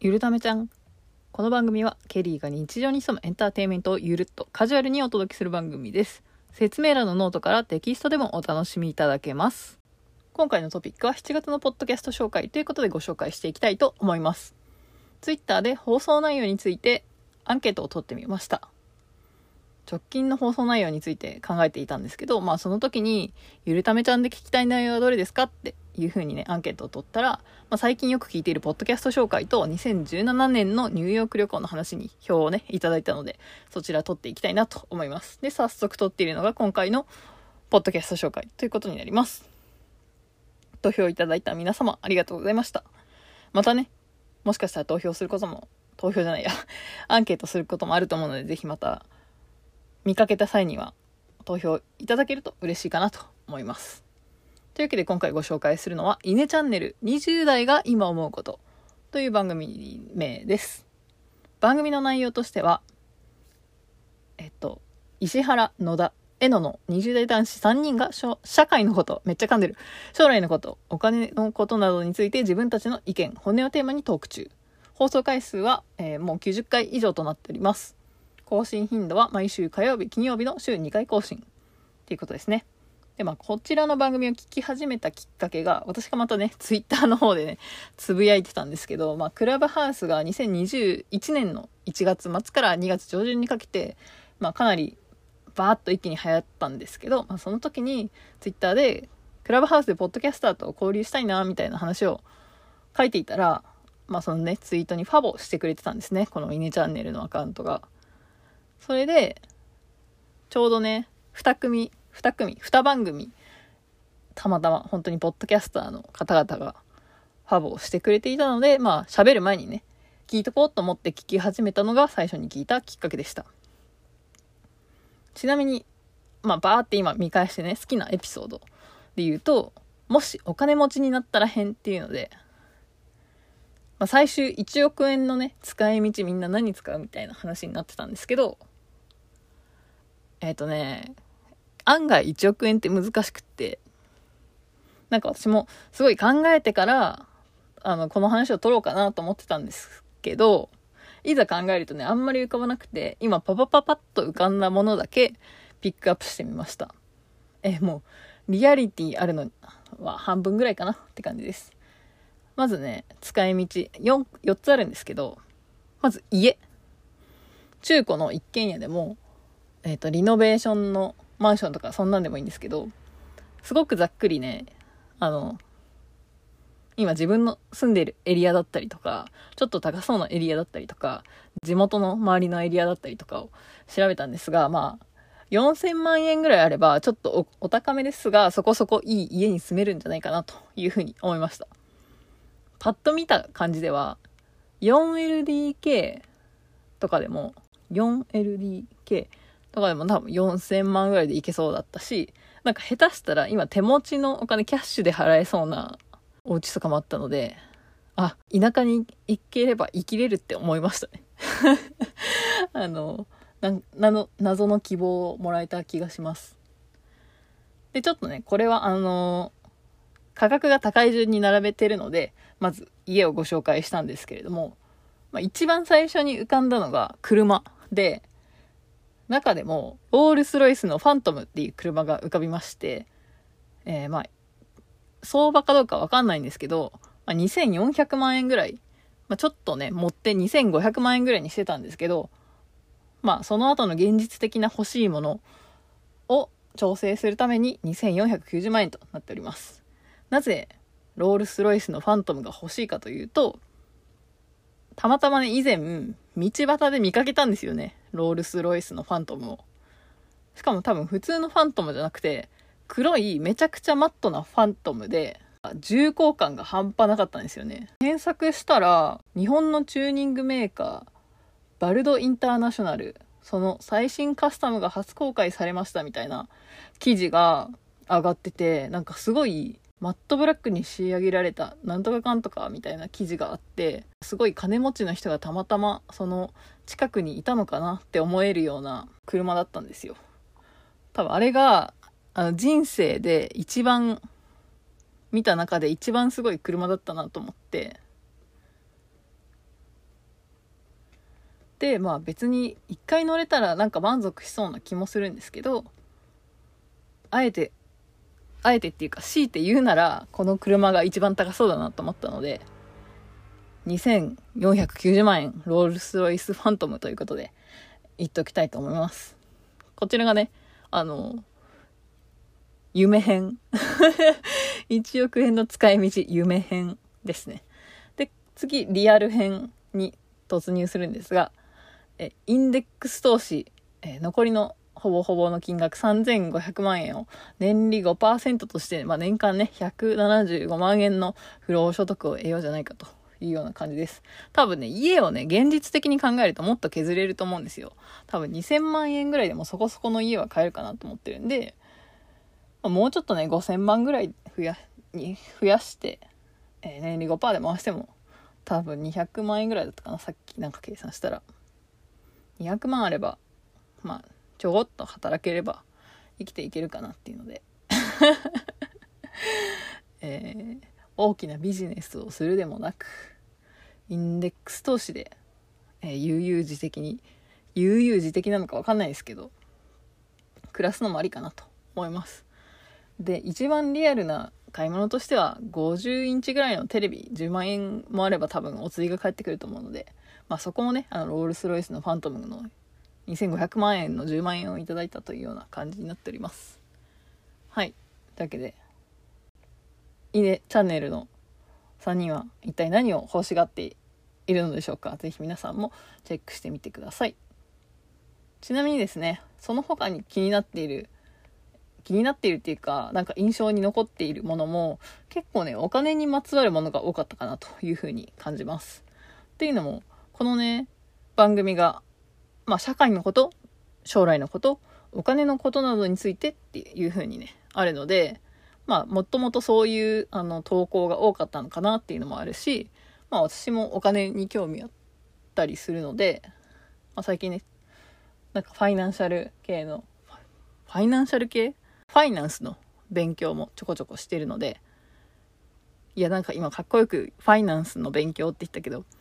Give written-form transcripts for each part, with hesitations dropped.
ゆるためちゃん。この番組はケリーが日常に潜むエンターテインメントをゆるっとカジュアルにお届けする番組です。説明欄のノートからテキストでもお楽しみいただけます。今回のトピックは7月のポッドキャスト紹介ということでご紹介していきたいと思います。ツイッターで放送内容についてアンケートを取ってみました。直近の放送内容について考えていたんですけど、その時にゆるためちゃんで聞きたい内容はどれですかっていう風にねアンケートを取ったら、最近よく聞いているポッドキャスト紹介と2017年のニューヨーク旅行の話に票をねいただいたので、そちら取っていきたいなと思います。で、早速取っているのが今回のポッドキャスト紹介ということになります。投票いただいた皆様ありがとうございました。またね、もしかしたら投票することもアンケートすることもあると思うので、ぜひまた見かけた際には投票いただけると嬉しいかなと思います。というわけで今回ご紹介するのはイネチャンネル20代が今思うことという番組名です。番組の内容としては石原、野田、江野の20代男子3人が社会のこと、将来のこと、お金のことなどについて自分たちの意見、本音をテーマにトーク中。放送回数は、もう90回以上となっております。更新頻度は毎週火曜日、金曜日の週2回更新ということですね。で、こちらの番組を聞き始めたきっかけが、私がまたね、ツイッターの方でね、つぶやいてたんですけど、クラブハウスが2021年の1月末から2月上旬にかけて、かなりバーッと一気に流行ったんですけど、その時にツイッターで、クラブハウスでポッドキャスターと交流したいな、みたいな話を書いていたら、そのね、ツイートにファボしてくれてたんですね。このイネチャンネルのアカウントが。それで、ちょうどね、2番組、たまたま本当にポッドキャスターの方々がファボをしてくれていたので、喋る前にね、聞いとこうと思って聞き始めたのが最初に聞いたきっかけでした。ちなみに、バーって今見返してね、好きなエピソードで言うと、もしお金持ちになったら編っていうので、最終1億円のね、使い道みんな何使うみたいな話になってたんですけど、案外1億円って難しくって、私もすごい考えてから、この話を取ろうかなと思ってたんですけど、いざ考えるとね、あんまり浮かばなくて、今パッと浮かんだものだけピックアップしてみました。もう、リアリティあるのは半分ぐらいかなって感じです。まずね、使い道4つあるんですけど、まず家。中古の一軒家でも、リノベーションのマンションとかそんなんでもいいんですけど、すごくざっくりね、今自分の住んでいるエリアだったりとか、ちょっと高そうなエリアだったりとか、地元の周りのエリアだったりとかを調べたんですが、4000万円ぐらいあれば、ちょっと お高めですが、そこそこいい家に住めるんじゃないかなというふうに思いました。パッと見た感じでは 4LDK とかでも多分4000万ぐらいでいけそうだったし、下手したら今手持ちのお金キャッシュで払えそうなお家とかもあったので、田舎に行ければ生きれるって思いましたね。謎の希望をもらえた気がします。で、ちょっとね、これは価格が高い順に並べてるので、まず家をご紹介したんですけれども、一番最初に浮かんだのが車で、中でもロールスロイスのファントムっていう車が浮かびまして、相場かどうかわかんないんですけど、2400万円ぐらい、ちょっとね持って2500万円ぐらいにしてたんですけど、その後の現実的な欲しいものを調整するために2490万円となっております。なぜロールスロイスのファントムが欲しいかというと、たまたまね、以前道端で見かけたんですよね、ロールスロイスのファントムを。しかも多分普通のファントムじゃなくて、黒いめちゃくちゃマットなファントムで、重厚感が半端なかったんですよね。検索したら、日本のチューニングメーカーバルドインターナショナル、その最新カスタムが初公開されましたみたいな記事が上がってて、すごいマットブラックに仕上げられたなんとかかんとかみたいな記事があって、すごい金持ちの人がたまたまその近くにいたのかなって思えるような車だったんですよ。多分あれが人生で一番見た中で一番すごい車だったなと思って、 で、まあ別に一回乗れたらなんか満足しそうな気もするんですけど、あえてっていうか強いて言うならこの車が一番高そうだなと思ったので、2490万円ロールスロイスファントムということで言っておきたいと思います。こちらがね、夢編1億円の使い道夢編ですね。で、次リアル編に突入するんですが、インデックス投資、残りのほぼほぼの金額3500万円を年利 5% として、年間ね175万円の不労所得を得ようじゃないかというような感じです。多分ね、家をね現実的に考えるともっと削れると思うんですよ。多分2000万円ぐらいでもそこそこの家は買えるかなと思ってるんで、もうちょっとね5000万ぐらい増やして、年利 5% で回しても多分200万円ぐらいだったかな。さっきなんか計算したら200万あればちょこっと働ければ生きていけるかなっていうので、大きなビジネスをするでもなくインデックス投資で、悠々自適なのか分かんないですけど暮らすのもありかなと思います。で、一番リアルな買い物としては50インチぐらいのテレビ10万円もあれば多分お釣りが返ってくると思うので、そこもねロールスロイスのファントムの2500万円の10万円をいただいたというような感じになっております。はい。というわけで、いいねチャンネルの3人は一体何を欲しがっているのでしょうか。ぜひ皆さんもチェックしてみてください。ちなみにですね、その他に気になっているっていうか、なんか印象に残っているものも結構ね、お金にまつわるものが多かったかなというふうに感じます。っていうのも、このね、番組が社会のこと、将来のこと、お金のことなどについてっていう風にね、あるので、もっともとそういう投稿が多かったのかなっていうのもあるし、私もお金に興味あったりするので、最近ね、なんかファイナンスの勉強もちょこちょこしてるので、いやなんか今かっこよくファイナンスの勉強って言ったけど、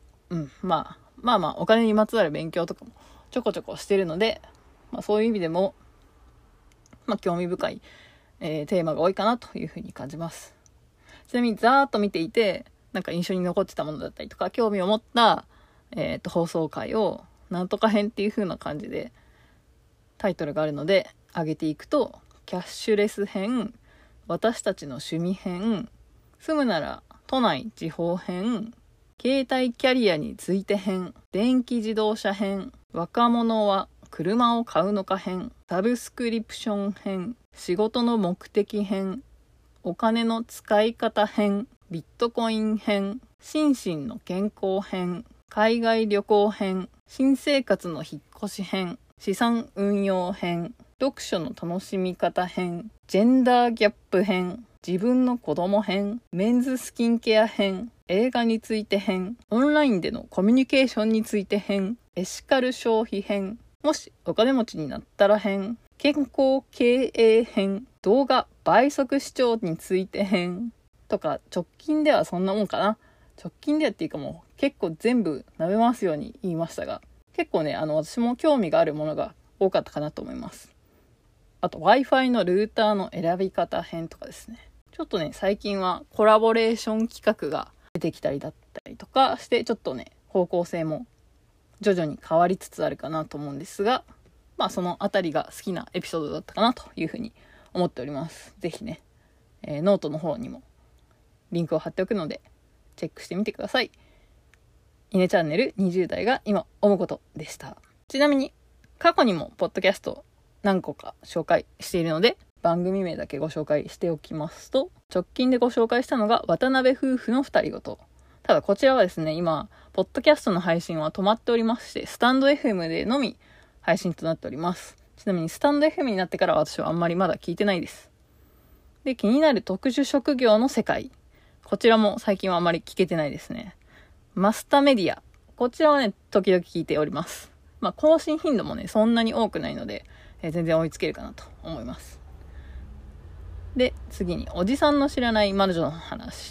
お金にまつわる勉強とかもちょこちょこしてるので、そういう意味でも、興味深い、テーマが多いかなというふうに感じます。ちなみにざーっと見ていて、なんか印象に残ってたものだったりとか、興味を持った、放送回をなんとか編っていう風な感じでタイトルがあるので上げていくと、キャッシュレス編、私たちの趣味編、住むなら都内地方編、携帯キャリアについて編、電気自動車編、若者は車を買うのか編、サブスクリプション編、仕事の目的編、お金の使い方編、ビットコイン編、心身の健康編、海外旅行編、新生活の引っ越し編、資産運用編、読書の楽しみ方編、ジェンダーギャップ編、自分の子供編、メンズスキンケア編、映画について編、オンラインでのコミュニケーションについて編、エシカル消費編、もしお金持ちになったら編、健康経営編、動画倍速視聴について編とか、直近ではそんなもんかな。直近ではっていうかもう結構全部舐めますように言いましたが、結構ね、私も興味があるものが多かったかなと思います。あと Wi-Fi のルーターの選び方編とかですね。ちょっとね、最近はコラボレーション企画が出てきたりだったりとかして、ちょっとね、方向性も徐々に変わりつつあるかなと思うんですが、そのあたりが好きなエピソードだったかなというふうに思っております。ぜひね、ノートの方にもリンクを貼っておくのでチェックしてみてください。イネチャンネル20代が今思うことでした。ちなみに過去にもポッドキャスト何個か紹介しているので、番組名だけご紹介しておきますと、直近でご紹介したのが渡辺夫婦の二人ごと。ただこちらはですね、今ポッドキャストの配信は止まっておりまして、スタンド FM でのみ配信となっております。ちなみにスタンド FM になってからは私はあんまりまだ聞いてないです。で、気になる特殊職業の世界、こちらも最近はあまり聞けてないですね。マスタメディア、こちらはね時々聞いております。更新頻度もねそんなに多くないので、全然追いつけるかなと思います。で、次におじさんの知らない魔女の話と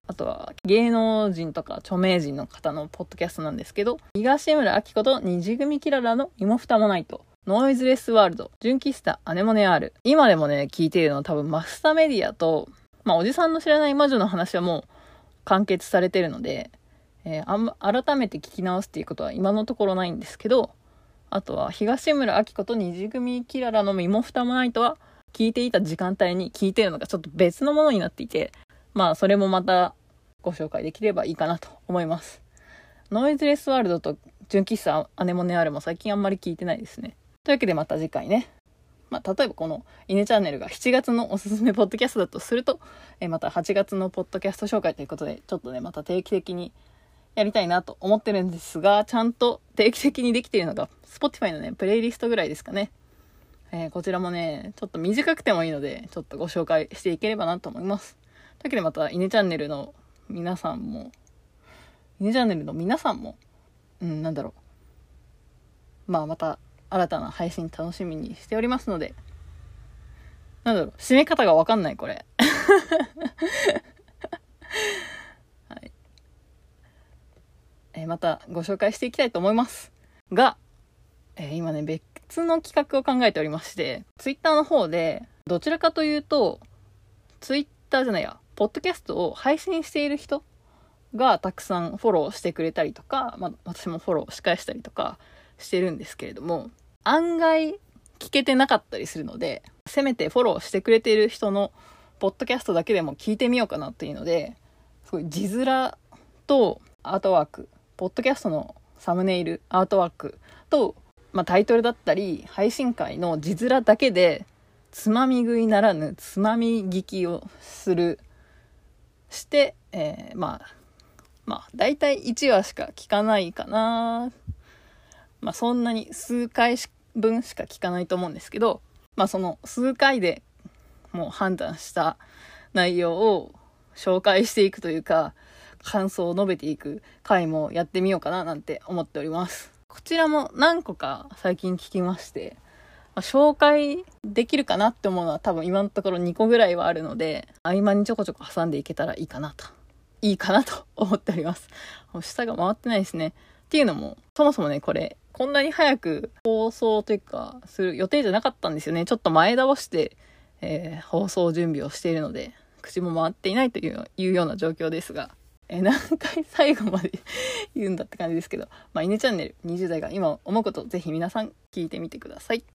あとは芸能人とか著名人の方のポッドキャストなんですけど、東村明子と二次組キララの身も蓋もないと、ノイズレスワールド、純喫茶アネモネ R。今でもね、聞いているのは多分マスタメディアと、おじさんの知らない魔女の話はもう完結されてるので、改めて聞き直すっていうことは今のところないんですけど、あとは東村明子と二次組キララの身も蓋もないとは聞いていた時間帯に聞いてるのがちょっと別のものになっていて、それもまたご紹介できればいいかなと思います。ノイズレスワールドと純喫茶アネモネ R も最近あんまり聞いてないですね。というわけでまた次回ね。例えばこのイネチャンネルが7月のおすすめポッドキャストだとすると、また8月のポッドキャスト紹介ということで、ちょっとね、また定期的にやりたいなと思ってるんですが、ちゃんと定期的にできているのが Spotify のね、プレイリストぐらいですかね。こちらもね、ちょっと短くてもいいので、ちょっとご紹介していければなと思います。というわけでまたイネチャンネルの皆さんも、また新たな配信楽しみにしておりますので、締め方がわかんないこれ。はい。またご紹介していきたいと思いますが、今ね、別の企画を考えておりまして、ツイッターの方で、どちらかというと、ポッドキャストを配信している人がたくさんフォローしてくれたりとか、私もフォローし返したりとかしてるんですけれども、案外聞けてなかったりするので、せめてフォローしてくれている人のポッドキャストだけでも聞いてみようかなっていうので、すごい字面とアートワーク、ポッドキャストのサムネイル、アートワークと、タイトルだったり配信会の字面だけでつまみ食いならぬつまみ聞きをして、だいたい1話しか聞かないかな。そんなに数回分しか聞かないと思うんですけど、その数回でもう判断した内容を紹介していくというか、感想を述べていく回もやってみようかななんて思っております。こちらも何個か最近聞きまして、紹介できるかなって思うのは多分今のところ2個ぐらいはあるので、合間にちょこちょこ挟んでいけたらいいかなと思っております。下が回ってないですね。っていうのも、そもそもね、こんなに早く放送というか、する予定じゃなかったんですよね。ちょっと前倒して、放送準備をしているので、口も回っていないというような状況ですが、何回最後まで言うんだって感じですけど、イネチャンネル20代が今思うこと、ぜひ皆さん聞いてみてください。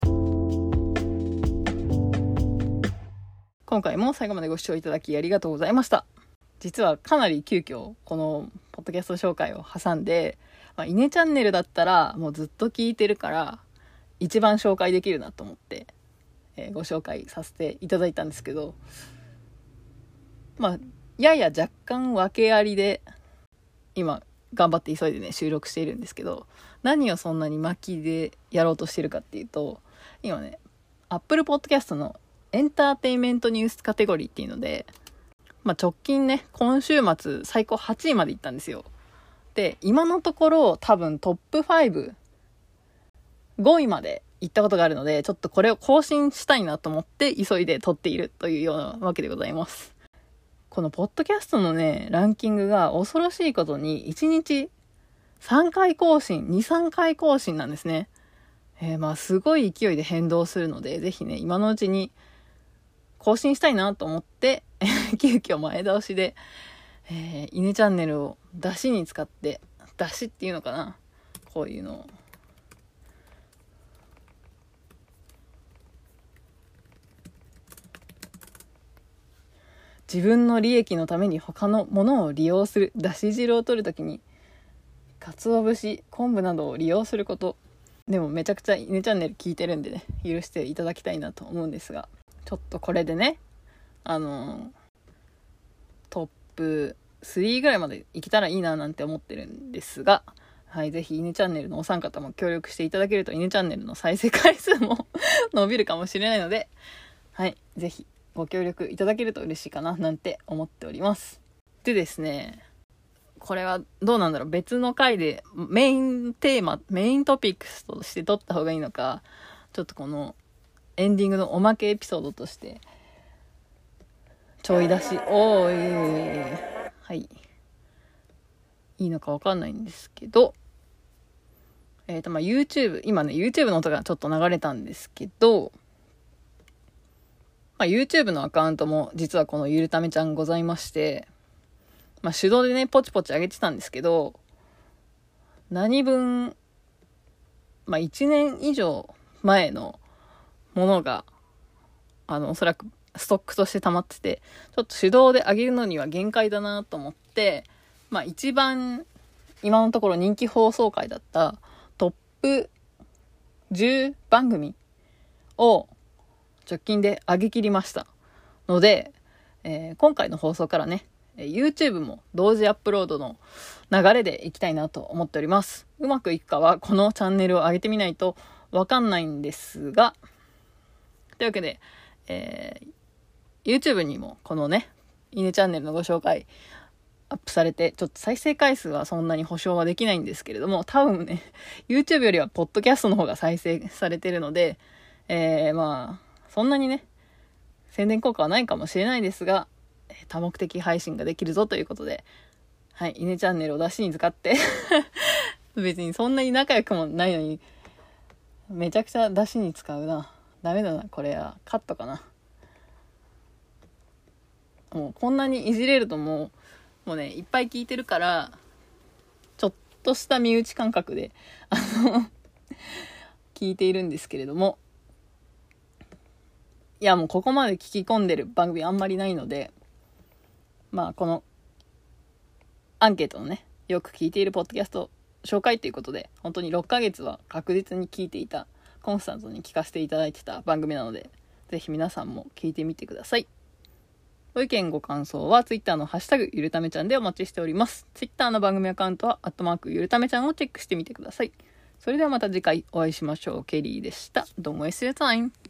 今回も最後までご視聴いただきありがとうございました。実はかなり急遽このポッドキャスト紹介を挟んで、イネチャンネルだったらもうずっと聞いてるから一番紹介できるなと思って、ご紹介させていただいたんですけど、やや若干訳ありで今頑張って急いでね収録しているんですけど、何をそんなに巻きでやろうとしてるかっていうと、今ね Apple Podcast のエンターテインメントニュースカテゴリーっていうので、直近ね今週末最高8位まで行ったんですよ。で今のところ多分トップ5 5位まで行ったことがあるので、ちょっとこれを更新したいなと思って急いで撮っているというようなわけでございます。このポッドキャストのねランキングが恐ろしいことに1日3回更新、2、3回更新なんですね。すごい勢いで変動するので、ぜひね今のうちに更新したいなと思って急遽前倒しで、イネチャンネルを出しに使って、出しっていうのかな、こういうのを自分の利益のために他のものを利用する、だし汁を取るときに鰹節、昆布などを利用すること。でもめちゃくちゃイネチャンネル聞いてるんでね、許していただきたいなと思うんですが、ちょっとこれでねトップ3ぐらいまで行けたらいいななんて思ってるんですが、はい、ぜひイネチャンネルのお三方も協力していただけるとイネチャンネルの再生回数も伸びるかもしれないので、はい、ぜひご協力いただけると嬉しいかななんて思っております。でですね、これはどうなんだろう、別の回でメイントピックスとして撮った方がいいのか、ちょっとこのエンディングのおまけエピソードとしてちょい出しいいのかわかんないんですけど、YouTube、今ね YouTube の音がちょっと流れたんですけど、YouTube のアカウントも実はこのゆるためちゃんございまして、手動でねポチポチ上げてたんですけど、何分1年以上前のものがおそらくストックとして溜まってて、ちょっと手動で上げるのには限界だなと思って、一番今のところ人気放送回だったトップ10番組を直近で上げ切りましたので、今回の放送からね YouTube も同時アップロードの流れでいきたいなと思っております。うまくいくかはこのチャンネルを上げてみないとわかんないんですが、というわけで、YouTube にもこのねいねチャンネルのご紹介アップされて、ちょっと再生回数はそんなに保証はできないんですけれども、多分ね YouTube よりはポッドキャストの方が再生されてるので、そんなにね宣伝効果はないかもしれないですが、多目的配信ができるぞということで、はい、いねチャンネルを出しに使って別にそんなに仲良くもないのにめちゃくちゃ出しに使うな。ダメだな、これはカットかな。もうこんなにいじれるともうねいっぱい聞いてるから、ちょっとした身内感覚で聞いているんですけれども、いやもうここまで聞き込んでる番組あんまりないので、このアンケートのねよく聞いているポッドキャスト紹介ということで、本当に6ヶ月は確実に聞いていた、コンスタントに聞かせていただいてた番組なので、ぜひ皆さんも聞いてみてください。ご意見ご感想は Twitter のハッシュタグゆるためちゃんでお待ちしております。Twitter の番組アカウントは@ゆるためちゃんをチェックしてみてください。それではまた次回お会いしましょう。ケリーでした。Don't waste your time.